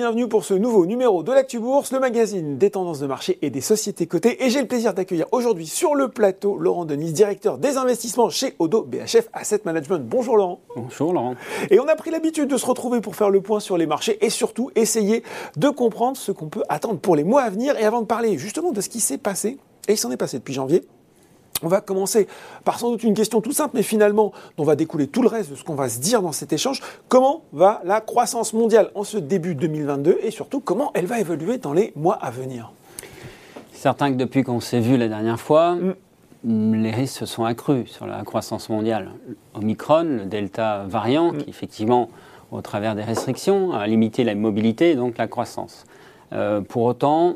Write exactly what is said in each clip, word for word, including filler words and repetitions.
bienvenue pour ce nouveau numéro de l'Actu Bourse, le magazine des tendances de marché et des sociétés cotées. Et j'ai le plaisir d'accueillir aujourd'hui sur le plateau Laurent Denis, directeur des investissements chez Odo B H F Asset Management. Bonjour Laurent. Bonjour Laurent. Et on a pris l'habitude de se retrouver pour faire le point sur les marchés et surtout essayer de comprendre ce qu'on peut attendre pour les mois à venir. Et avant de parler justement de ce qui s'est passé, et il s'en est passé depuis janvier, on va commencer par sans doute une question toute simple, mais finalement, dont va découler tout le reste de ce qu'on va se dire dans cet échange. Comment va la croissance mondiale en ce début deux mille vingt-deux et surtout, comment elle va évoluer dans les mois à venir? Certain que depuis qu'on s'est vu la dernière fois, mm. les risques se sont accrus sur la croissance mondiale. Omicron, le Delta variant, mm. qui effectivement, au travers des restrictions, a limité la mobilité et donc la croissance. Euh, pour autant,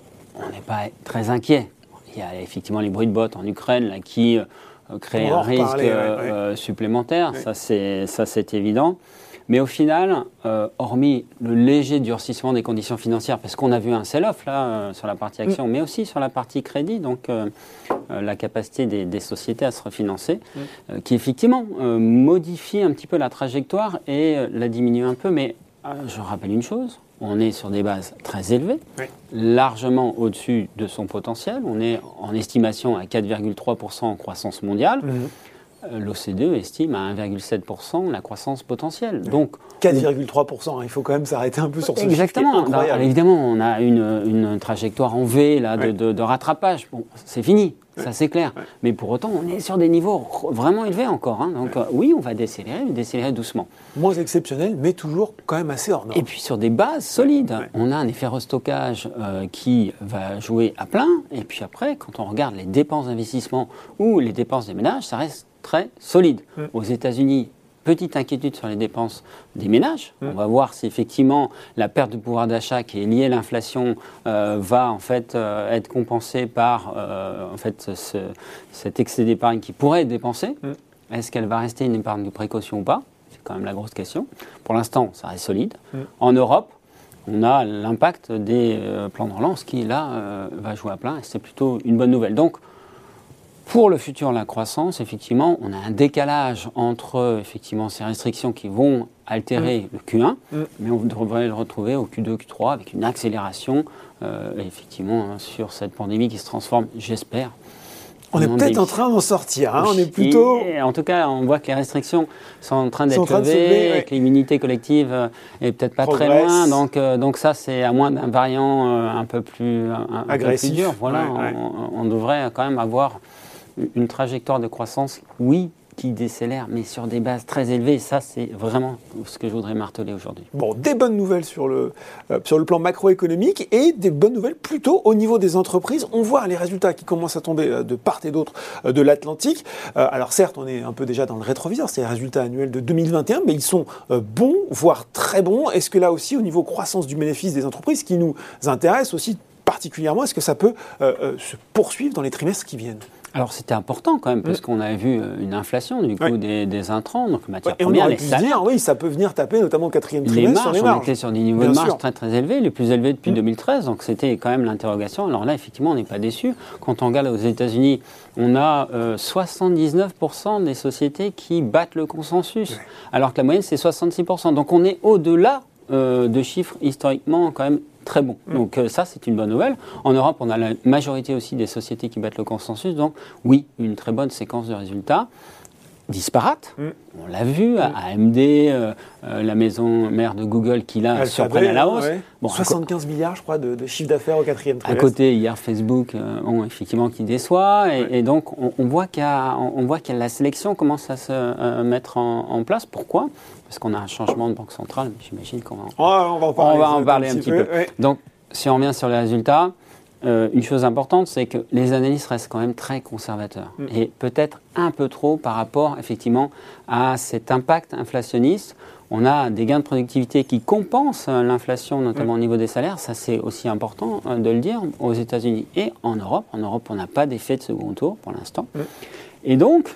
on n'est pas très inquiet. Il y a effectivement les bruits de bottes en Ukraine là, qui euh, créent un risque reparler, euh, ouais, ouais. Euh, supplémentaire, ouais. ça, c'est, ça c'est évident. Mais au final, euh, hormis le léger durcissement des conditions financières, parce qu'on a vu un sell-off là, euh, sur la partie action, mm. mais aussi sur la partie crédit, donc euh, euh, la capacité des, des sociétés à se refinancer, mm. euh, qui effectivement euh, modifie un petit peu la trajectoire et euh, la diminue un peu. Mais euh, je rappelle une chose, on est sur des bases très élevées, oui. largement au-dessus de son potentiel. On est en estimation à quatre virgule trois pour cent en croissance mondiale. Mmh. L'O C D E estime à un virgule sept pour cent la croissance potentielle. Oui. Donc, quatre virgule trois pour cent, il faut quand même s'arrêter un peu sur ce exactement. chiffre incroyable. Alors, évidemment, on a une, une trajectoire en V là, de, oui. de, de rattrapage. Bon, c'est fini, oui. ça c'est clair. Oui. Mais pour autant, on est sur des niveaux vraiment élevés encore. Hein. Donc oui. Euh, oui, on va décélérer, mais décélérer doucement. Moins exceptionnel, mais toujours quand même assez hors norme. Et puis sur des bases solides. Oui. On a un effet restockage euh, qui va jouer à plein. Et puis après, quand on regarde les dépenses d'investissement ou les dépenses des ménages, ça reste très solide. Mm. Aux États-Unis, petite inquiétude sur les dépenses des ménages. Mm. On va voir si effectivement la perte de pouvoir d'achat qui est liée à l'inflation euh, va en fait euh, être compensée par euh, en fait ce, cet excès d'épargne qui pourrait être dépensé. Mm. Est-ce qu'elle va rester une épargne de précaution ou pas? C'est quand même la grosse question. Pour l'instant, ça reste solide. Mm. En Europe, on a l'impact des euh, plans de relance qui là euh, va jouer à plein et c'est plutôt une bonne nouvelle. Donc pour le futur, la croissance, effectivement, on a un décalage entre effectivement, ces restrictions qui vont altérer mmh. le Q un, mmh. mais on devrait le retrouver au Q deux, Q trois avec une accélération, euh, effectivement, hein, sur cette pandémie qui se transforme, j'espère. On est peut-être en train d'en sortir, hein, on est plutôt... Et, en tout cas, on voit que les restrictions sont en train d'être levées, lever, ouais. et que l'immunité collective euh, est peut-être pas Progresse. très loin. Donc, euh, donc ça, c'est à moins d'un variant euh, un peu plus, un, un agressif. Peu plus dur. Voilà, ouais, ouais. On, on devrait quand même avoir une trajectoire de croissance, oui, qui décélère, mais sur des bases très élevées. Et ça, c'est vraiment ce que je voudrais marteler aujourd'hui. Bon, des bonnes nouvelles sur le, euh, sur le plan macroéconomique et des bonnes nouvelles plutôt au niveau des entreprises. On voit les résultats qui commencent à tomber euh, de part et d'autre euh, de l'Atlantique. Euh, alors certes, on est un peu déjà dans le rétroviseur, c'est les résultats annuels de deux mille vingt et un, mais ils sont euh, bons, voire très bons. Est-ce que là aussi, au niveau croissance du bénéfice des entreprises, qui nous intéresse aussi particulièrement, est-ce que ça peut euh, euh, se poursuivre dans les trimestres qui viennent ? Alors c'était important quand même, parce mmh. qu'on avait vu une inflation du coup oui. des, des intrants, donc matières ouais, premières, on les salaires. Dire, oui, ça peut venir taper notamment au quatrième trimestre les marges, sur les marges. On était sur des niveaux Bien de marge très très élevés, les plus élevés depuis mmh. deux mille treize, donc c'était quand même l'interrogation. Alors là, effectivement, on n'est pas déçu. Quand on regarde aux États-Unis, on a euh, soixante-dix-neuf pour cent des sociétés qui battent le consensus, ouais. alors que la moyenne c'est soixante-six pour cent. Donc on est au-delà euh, de chiffres historiquement quand même très bon. Mmh. Donc euh, ça, c'est une bonne nouvelle. En Europe, on a la majorité aussi des sociétés qui battent le consensus. Donc oui, une très bonne séquence de résultats. Disparates, mmh. on l'a vu, mmh. A M D, euh, euh, la maison mère de Google qui là surprennent à la hausse. Ouais. Bon, soixante-quinze milliards, je crois, de, de chiffre d'affaires au quatrième trimestre. À côté, hier, Facebook, euh, bon, effectivement, qui déçoit. Et, ouais. et donc, on, on, voit qu'il y a, on voit que la sélection commence à se euh, mettre en, en place. Pourquoi ? Parce qu'on a un changement de banque centrale, j'imagine qu'on va en, oh, on va en parler, on va en parler un, un petit peu. peu. Ouais. Donc, si on revient sur les résultats, euh, une chose importante, c'est que les analystes restent quand même très conservateurs. Mm. Et peut-être un peu trop par rapport, effectivement, à cet impact inflationniste. On a des gains de productivité qui compensent l'inflation, notamment mmh. au niveau des salaires. Ça, c'est aussi important de le dire aux États-Unis et en Europe. En Europe, on n'a pas d'effet de second tour pour l'instant. Mmh. Et donc,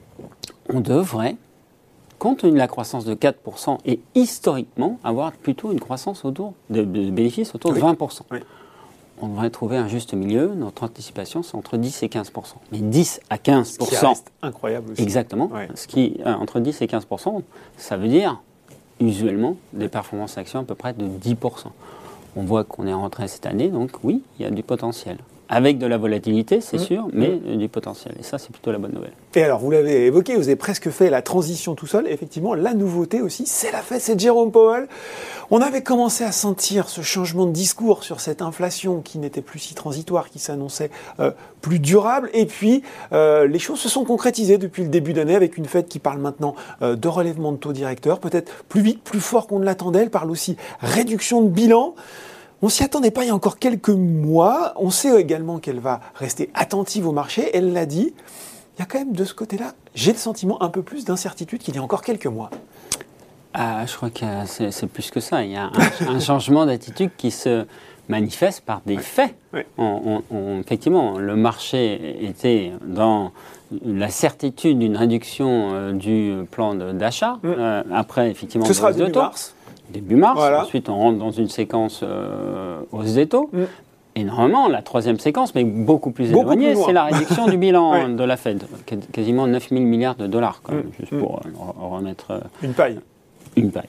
on devrait, compte tenu de la croissance de quatre pour cent et historiquement, avoir plutôt une croissance autour de, de bénéfices autour oui. de vingt pour cent. Oui. On devrait trouver un juste milieu. Notre anticipation, c'est entre dix et quinze pour cent. Mais dix à quinze pour cent. Ce qui reste incroyable aussi. Exactement. Ouais. Ce qui, euh, entre dix et quinze pour cent, ça veut dire usuellement des performances actions à peu près de dix pour cent. On voit qu'on est rentré cette année, donc oui, il y a du potentiel. Avec de la volatilité, c'est mmh. sûr, mais mmh. du potentiel. Et ça, c'est plutôt la bonne nouvelle. Et alors, vous l'avez évoqué, vous avez presque fait la transition tout seul. Effectivement, la nouveauté aussi, c'est la Fed, c'est Jérôme Powell. On avait commencé à sentir ce changement de discours sur cette inflation qui n'était plus si transitoire, qui s'annonçait euh, plus durable. Et puis, euh, les choses se sont concrétisées depuis le début d'année avec une Fed qui parle maintenant euh, de relèvement de taux directeur, peut-être plus vite, plus fort qu'on ne l'attendait. Elle parle aussi réduction de bilan. On s'y attendait pas il y a encore quelques mois. On sait également qu'elle va rester attentive au marché. Elle l'a dit. Il y a quand même de ce côté-là, j'ai le sentiment un peu plus d'incertitude qu'il y a encore quelques mois. Ah, je crois que c'est, c'est plus que ça. Il y a un, un changement d'attitude qui se manifeste par des ouais. faits. Ouais. On, on, on, effectivement, le marché était dans la certitude d'une réduction euh, du plan de, d'achat. Mmh. Euh, après, effectivement, ce sera début mars. Début mars. Voilà. Ensuite, on rentre dans une séquence euh, hausse des taux. Mmh. Et normalement, la troisième séquence, mais beaucoup plus beaucoup éloignée, plus c'est la réduction du bilan ouais. de la Fed. Quasiment neuf mille milliards de dollars, quand même, mmh. juste pour euh, remettre... Euh, une paille. Une paille.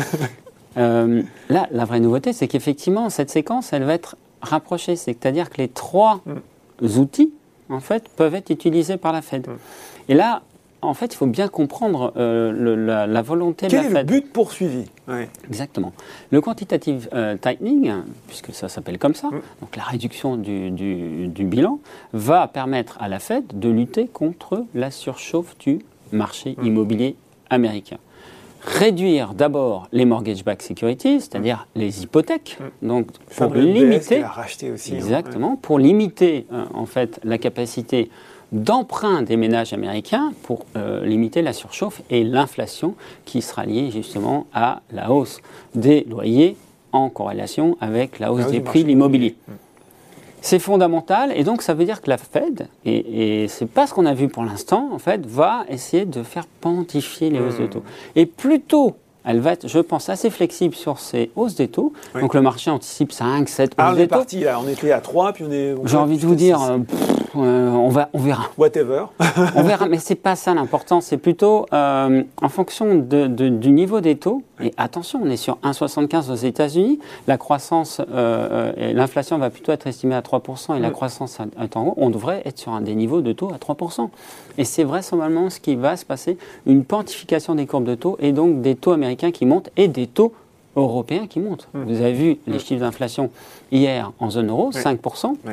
euh, là, la vraie nouveauté, c'est qu'effectivement, cette séquence, elle va être rapprochée. C'est-à-dire que les trois mmh. outils, en fait, peuvent être utilisés par la Fed. Mmh. Et là, en fait, il faut bien comprendre euh, le, la, la volonté Quel de la Fed. Quel est le but poursuivi? Ouais. Exactement. Le quantitative euh, tightening, puisque ça s'appelle comme ça, mmh. donc la réduction du, du, du bilan, va permettre à la Fed de lutter contre la surchauffe du marché mmh. immobilier américain. Réduire d'abord les mortgage-backed securities, c'est-à-dire mmh. les hypothèques, mmh. donc pour limiter, a racheté aussi, exactement, hein, ouais. pour limiter euh, en fait la capacité d'emprunt des ménages américains pour euh, limiter la surchauffe et l'inflation qui sera liée justement à la hausse des loyers en corrélation avec la hausse, la hausse des prix de l'immobilier. Mmh. C'est fondamental et donc ça veut dire que la Fed, et, et c'est pas ce qu'on a vu pour l'instant, en fait, va essayer de faire pontifier les mmh. hausses de taux. Et plutôt, elle va être, je pense, assez flexible sur ces hausses des taux. Oui. Donc le marché anticipe cinq, sept ah, hausses des taux. On est parti, là, on était à trois, puis on est... On J'ai envie de vous dire, euh, pff, euh, on, va, on verra. Whatever. On verra, mais c'est pas ça l'important, c'est plutôt euh, en fonction de, de, du niveau des taux. Oui. Et attention, on est sur un virgule soixante-quinze aux États-Unis, la croissance, euh, et l'inflation va plutôt être estimée à trois pour cent et oui. la croissance est en haut. On devrait être sur un des niveaux de taux à trois pour cent. Et c'est vraisemblablement ce qui va se passer, une pontification des courbes de taux et donc des taux américains qui montent et des taux européens qui montent. Mmh. Vous avez vu mmh. les chiffres d'inflation hier en zone euro, oui. cinq pour cent. Oui.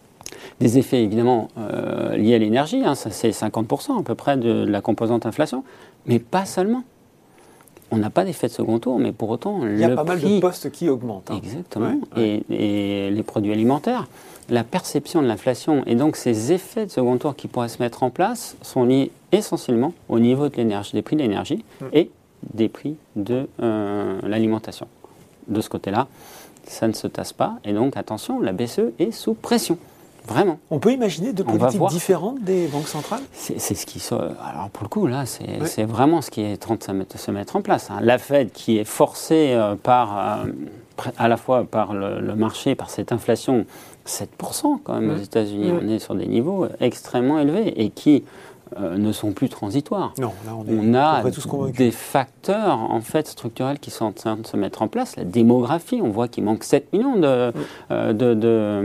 Des effets évidemment euh, liés à l'énergie, hein, ça c'est cinquante pour cent à peu près de, de la composante inflation, mais pas seulement. On n'a pas d'effet de second tour, mais pour autant, il y a le pas prix... mal de postes qui augmentent. Hein. Exactement. Ouais, ouais. Et, et les produits alimentaires, la perception de l'inflation et donc ces effets de second tour qui pourraient se mettre en place sont liés essentiellement au niveau de l'énergie, des prix de l'énergie mmh. et des prix de euh, l'alimentation. De ce côté-là, ça ne se tasse pas. Et donc, attention, la B C E est sous pression. Vraiment. On peut imaginer deux politiques différentes des banques centrales? C'est, c'est ce qui se... Alors, pour le coup, là, c'est, oui. c'est vraiment ce qui est en train de se mettre en place. Hein. La Fed, qui est forcée euh, par, euh, à la fois par le, le marché, par cette inflation, sept pour cent quand même mmh. aux États-Unis. Mmh. On est sur des niveaux extrêmement élevés et qui... Euh, ne sont plus transitoires. Non, là on, est on a tous convaincus. Des facteurs en fait structurels qui sont en train de se mettre en place. La démographie, on voit qu'il manque sept millions de, mm. euh, de,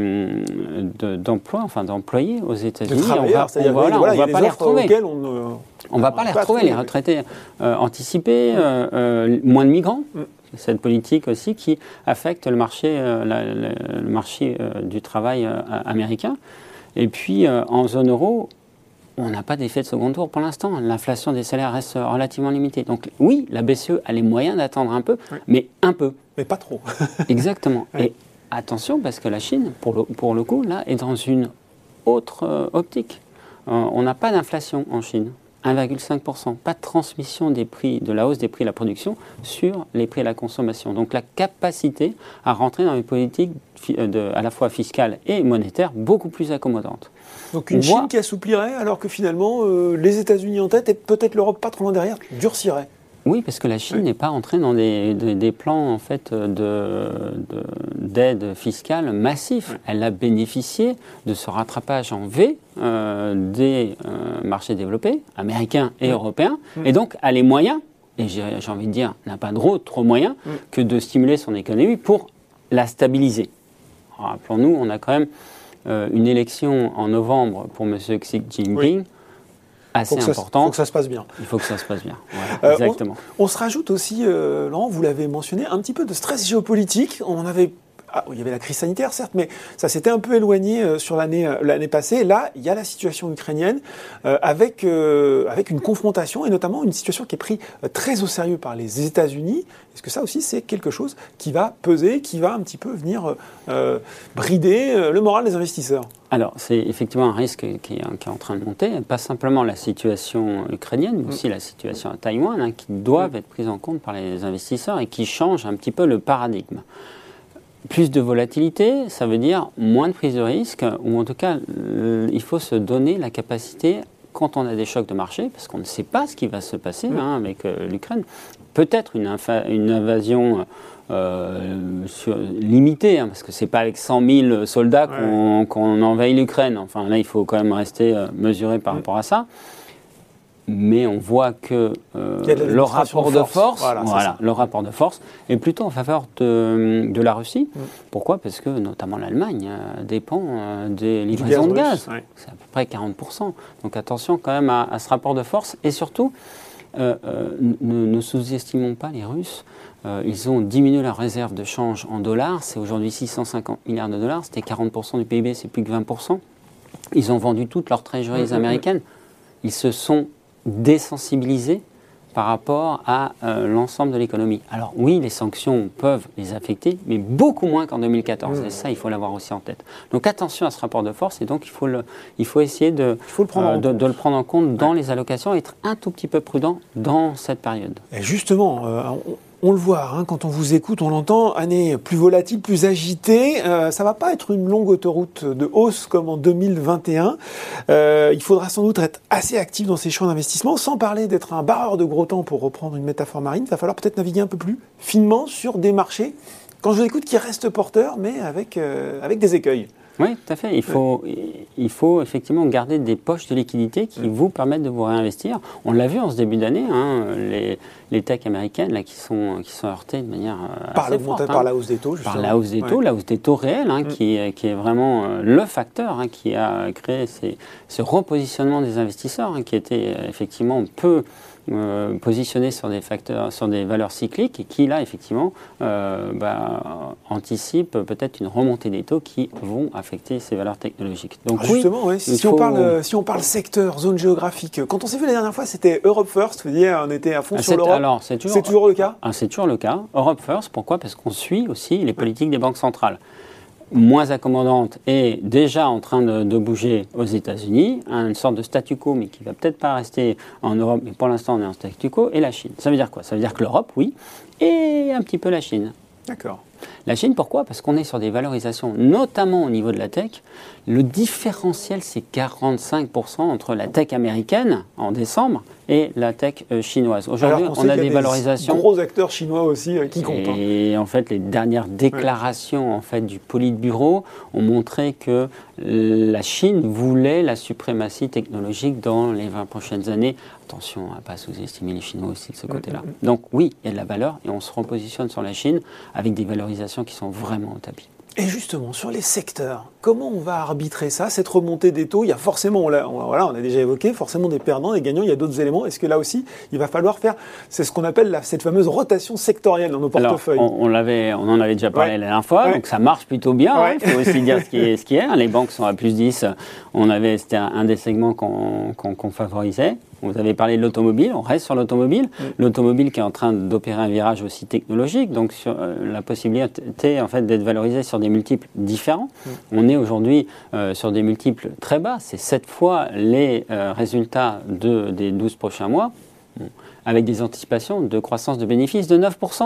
de, de, d'emplois, enfin d'employés aux États-Unis. De travailleurs, on va, on, voilà, voilà, on va pas les retrouver. On ne on va pas les retrouver, les retraités euh, anticipés, mm. euh, euh, moins de migrants. Mm. Cette politique aussi qui affecte le marché, euh, la, la, le marché euh, du travail euh, américain. Et puis euh, en zone euro, on n'a pas d'effet de second tour pour l'instant. L'inflation des salaires reste relativement limitée. Donc oui, la B C E a les moyens d'attendre un peu, oui. mais un peu. Mais pas trop. Exactement. Oui. Et attention, parce que la Chine, pour le, pour le coup, là, est dans une autre euh, optique. Euh, on n'a pas d'inflation en Chine. un virgule cinq pour cent. Pas de transmission des prix, de la hausse des prix de la production sur les prix de la consommation. Donc la capacité à rentrer dans une politique de, à la fois fiscale et monétaire beaucoup plus accommodante. Donc une On Chine voit... qui assouplirait alors que finalement euh, les États-Unis en tête et peut-être l'Europe pas trop loin derrière durcirait. Oui, parce que la Chine oui. n'est pas entrée dans des, des, des plans en fait, de, de, d'aide fiscale massifs. Oui. Elle a bénéficié de ce rattrapage en V euh, des euh, marchés développés, américains et oui. européens, oui. et donc a les moyens et j'ai, j'ai envie de dire, n'a pas d'autre moyen mm. que de stimuler son économie pour la stabiliser. Alors, rappelons-nous, on a quand même euh, une élection en novembre pour M. Xi Jinping, oui. assez faut important. Il faut que ça se passe bien. Il faut que ça se passe bien, voilà, euh, exactement. On, on se rajoute aussi, euh, Laurent, vous l'avez mentionné, un petit peu de stress géopolitique. On avait... Ah, il y avait la crise sanitaire, certes, mais ça s'était un peu éloigné euh, sur l'année, euh, l'année passée. Là, il y a la situation ukrainienne euh, avec, euh, avec une confrontation et notamment une situation qui est prise euh, très au sérieux par les États-Unis. Est-ce que ça aussi, c'est quelque chose qui va peser, qui va un petit peu venir euh, brider euh, le moral des investisseurs ? Alors, c'est effectivement un risque qui est, qui est en train de monter. Pas simplement la situation ukrainienne, mais aussi mmh. la situation à Taïwan, hein, qui doivent mmh. être prises en compte par les investisseurs et qui changent un petit peu le paradigme. Plus de volatilité, ça veut dire moins de prise de risque, ou en tout cas, euh, il faut se donner la capacité, quand on a des chocs de marché, parce qu'on ne sait pas ce qui va se passer mmh. hein, avec euh, l'Ukraine, peut-être une, infa- une invasion euh, sur, limitée, hein, parce que ce n'est pas avec cent mille soldats ouais. qu'on, qu'on envahit l'Ukraine. Enfin, là, il faut quand même rester euh, mesuré par mmh. rapport à ça. Mais on voit que euh, le rapport de force, force voilà, voilà, le rapport de force est plutôt en faveur de, de la Russie. Mm. Pourquoi ? Parce que notamment l'Allemagne euh, dépend euh, des livraisons de gaz. Ouais. C'est à peu près quarante pour cent. Donc attention quand même à, à ce rapport de force. Et surtout, euh, euh, ne, ne sous-estimons pas les Russes. Euh, ils ont diminué leur réserve de change en dollars. C'est aujourd'hui six cent cinquante milliards de dollars. C'était quarante pour cent du P I B, c'est plus que vingt pour cent. Ils ont vendu toutes leurs treasuries mm. américaines. Ils se sont désensibilisés par rapport à euh, l'ensemble de l'économie. Alors oui, les sanctions peuvent les affecter, mais beaucoup moins qu'en deux mille quatorze. Mmh. Et ça, il faut l'avoir aussi en tête. Donc attention à ce rapport de force, et donc il faut, le, il faut essayer de, il faut le prendre euh, de, de le prendre en compte dans ouais. les allocations, et être un tout petit peu prudent dans cette période. Et justement, euh, on... On le voit, hein, quand on vous écoute, on l'entend, année plus volatile, plus agitée. Euh, ça ne va pas être une longue autoroute de hausse comme en deux mille vingt et un. Euh, il faudra sans doute être assez actif dans ces choix d'investissement, sans parler d'être un barreur de gros temps, pour reprendre une métaphore marine. Il va falloir peut-être naviguer un peu plus finement sur des marchés, quand je vous écoute, qui restent porteurs, mais avec, euh, avec des écueils. Oui, tout à fait. Il faut, ouais. il faut effectivement garder des poches de liquidité qui mmh. vous permettent de vous réinvestir. On l'a vu en ce début d'année, hein, les, les techs américaines là, qui, sont, qui sont heurtées de manière euh, par assez forte. Hein. Par la hausse des taux, justement. Par la hausse des taux, ouais. la hausse des taux réels, hein, mmh. qui, qui est vraiment euh, le facteur hein, qui a créé ces, ce repositionnement des investisseurs, hein, qui était euh, effectivement peu... Euh, positionnés sur des facteurs, sur des valeurs cycliques et qui là effectivement euh, bah, anticipent peut-être une remontée des taux qui vont affecter ces valeurs technologiques. Donc ah, justement, oui, ouais, si, faut... on parle, si on parle secteur, zone géographique, quand on s'est vu la dernière fois, c'était Europe First, vous disiez, on était à fond ah, sur l'Europe. Alors c'est toujours, c'est toujours le cas. Ah, c'est toujours le cas. Europe First, pourquoi ? Parce qu'on suit aussi les politiques des banques centrales. Moins accommodante et déjà en train de, de bouger aux États-Unis, une sorte de statu quo, mais qui ne va peut-être pas rester en Europe, mais pour l'instant on est en statu quo, et la Chine. Ça veut dire quoi ? Ça veut dire que l'Europe, oui, et un petit peu la Chine. D'accord. La Chine, pourquoi ? Parce qu'on est sur des valorisations, notamment au niveau de la tech. Le différentiel, c'est quarante-cinq pour cent entre la tech américaine en décembre et la tech euh, chinoise. Aujourd'hui, on, on a des valorisations. Des gros acteurs chinois aussi euh, qui comptent. Et hein. en fait, les dernières déclarations ouais. en fait, du Politburo ont montré que la Chine voulait la suprématie technologique dans les vingt prochaines années. Attention à ne pas sous-estimer les Chinois aussi de ce côté-là. Mmh. Donc oui, il y a de la valeur et on se repositionne sur la Chine avec des valorisations qui sont vraiment au tapis. Et justement, sur les secteurs, comment on va arbitrer ça, cette remontée des taux ? Il y a forcément, on l'a, on, voilà, on a déjà évoqué, forcément des perdants, des gagnants, il y a d'autres éléments. Est-ce que là aussi, il va falloir faire, c'est ce qu'on appelle la, cette fameuse rotation sectorielle dans nos portefeuilles ? Alors, on, on, l'avait, on en avait déjà parlé ouais. la dernière fois, ouais. donc ça marche plutôt bien, il ouais. hein, faut aussi dire ce qui est. Ce qui est. Les banques sont à plus dix, on avait, c'était un des segments qu'on, qu'on, qu'on favorisait. Vous avez parlé de l'automobile, on reste sur l'automobile. Mmh. L'automobile qui est en train d'opérer un virage aussi technologique, donc sur euh, la possibilité en fait, d'être valorisé sur des multiples différents. Mmh. On est aujourd'hui euh, sur des multiples très bas, c'est sept fois les euh, résultats de, des douze prochains mois, bon, avec des anticipations de croissance de bénéfices de neuf pour cent.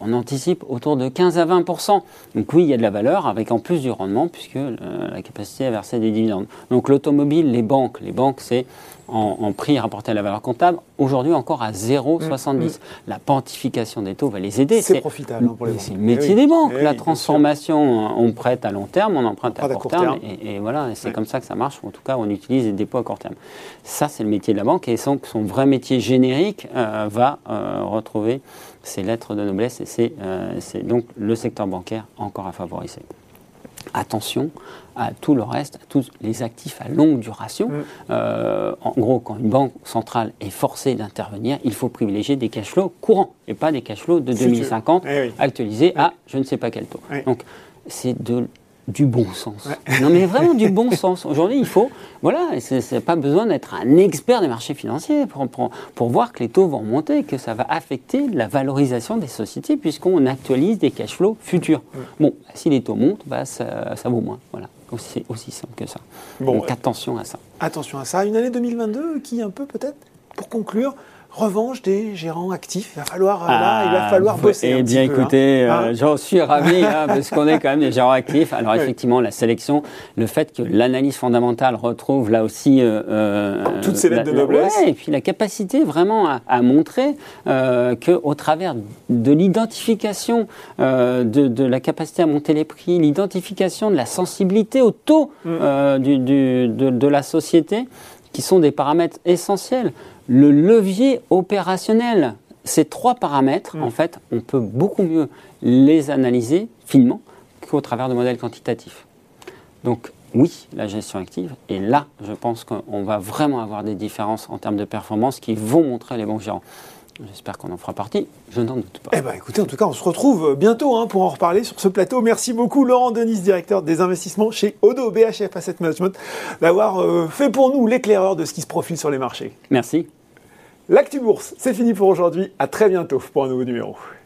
on anticipe autour de quinze à vingt pour cent. Donc oui, il y a de la valeur avec en plus du rendement puisque euh, la capacité à verser des dividendes. Donc l'automobile, les banques, les banques c'est en, en prix rapporté à la valeur comptable, aujourd'hui encore à zéro virgule soixante-dix. Mmh, mmh. La quantification des taux va les aider. C'est, c'est profitable hein, pour les banques. C'est le métier oui. des banques. Oui, la transformation, on prête à long terme, on emprunte on à, court à court terme. terme. Et, et voilà, et c'est oui. comme ça que ça marche. En tout cas, on utilise des dépôts à court terme. Ça, c'est le métier de la banque. Et son, son vrai métier générique euh, va euh, retrouver ses lettres de noblesse. Et c'est, euh, c'est donc le secteur bancaire encore à favoriser. Attention à tout le reste, à tous les actifs à longue duration. Mmh. Euh, en gros, quand une banque centrale est forcée d'intervenir, il faut privilégier des cash flows courants et pas des cash flows de deux mille cinquante eh oui. actualisés oui. à je ne sais pas quel taux. Oui. Donc, c'est de du bon sens. Ouais. Non mais vraiment du bon sens. Aujourd'hui, il faut, voilà, c'est, c'est pas besoin d'être un expert des marchés financiers pour, pour, pour voir que les taux vont monter, que ça va affecter la valorisation des sociétés puisqu'on actualise des cash flows futurs. Ouais. Bon, si les taux montent, bah, ça, ça vaut moins. Voilà. C'est aussi simple que ça. Bon, Donc attention à ça. Attention à ça. Une année deux mille vingt-deux qui un peu peut-être, pour conclure, revanche des gérants actifs. Il va falloir, ah, là, il va falloir bosser eh un bien, petit peu. Écoutez, hein. euh, j'en suis ravi hein, parce qu'on est quand même des gérants actifs. Alors effectivement, la sélection, le fait que l'analyse fondamentale retrouve là aussi euh, euh, toutes ces lettres la, de noblesse, ouais, et puis la capacité vraiment à, à montrer euh, que au travers de l'identification euh, de, de la capacité à monter les prix, l'identification de la sensibilité au taux mm. euh, du, du, de, de la société, qui sont des paramètres essentiels. Le levier opérationnel, ces trois paramètres, mmh. en fait, on peut beaucoup mieux les analyser finement qu'au travers de modèles quantitatifs. Donc, oui, la gestion active. Et là, je pense qu'on va vraiment avoir des différences en termes de performance qui vont montrer les bons gérants. J'espère qu'on en fera partie, je n'en doute pas. Eh bien, écoutez, en tout cas, on se retrouve bientôt hein, pour en reparler sur ce plateau. Merci beaucoup, Laurent Denis, directeur des investissements chez Odo B H F Asset Management, d'avoir euh, fait pour nous l'éclaireur de ce qui se profile sur les marchés. Merci. L'Actu Bourse, c'est fini pour aujourd'hui. À très bientôt pour un nouveau numéro.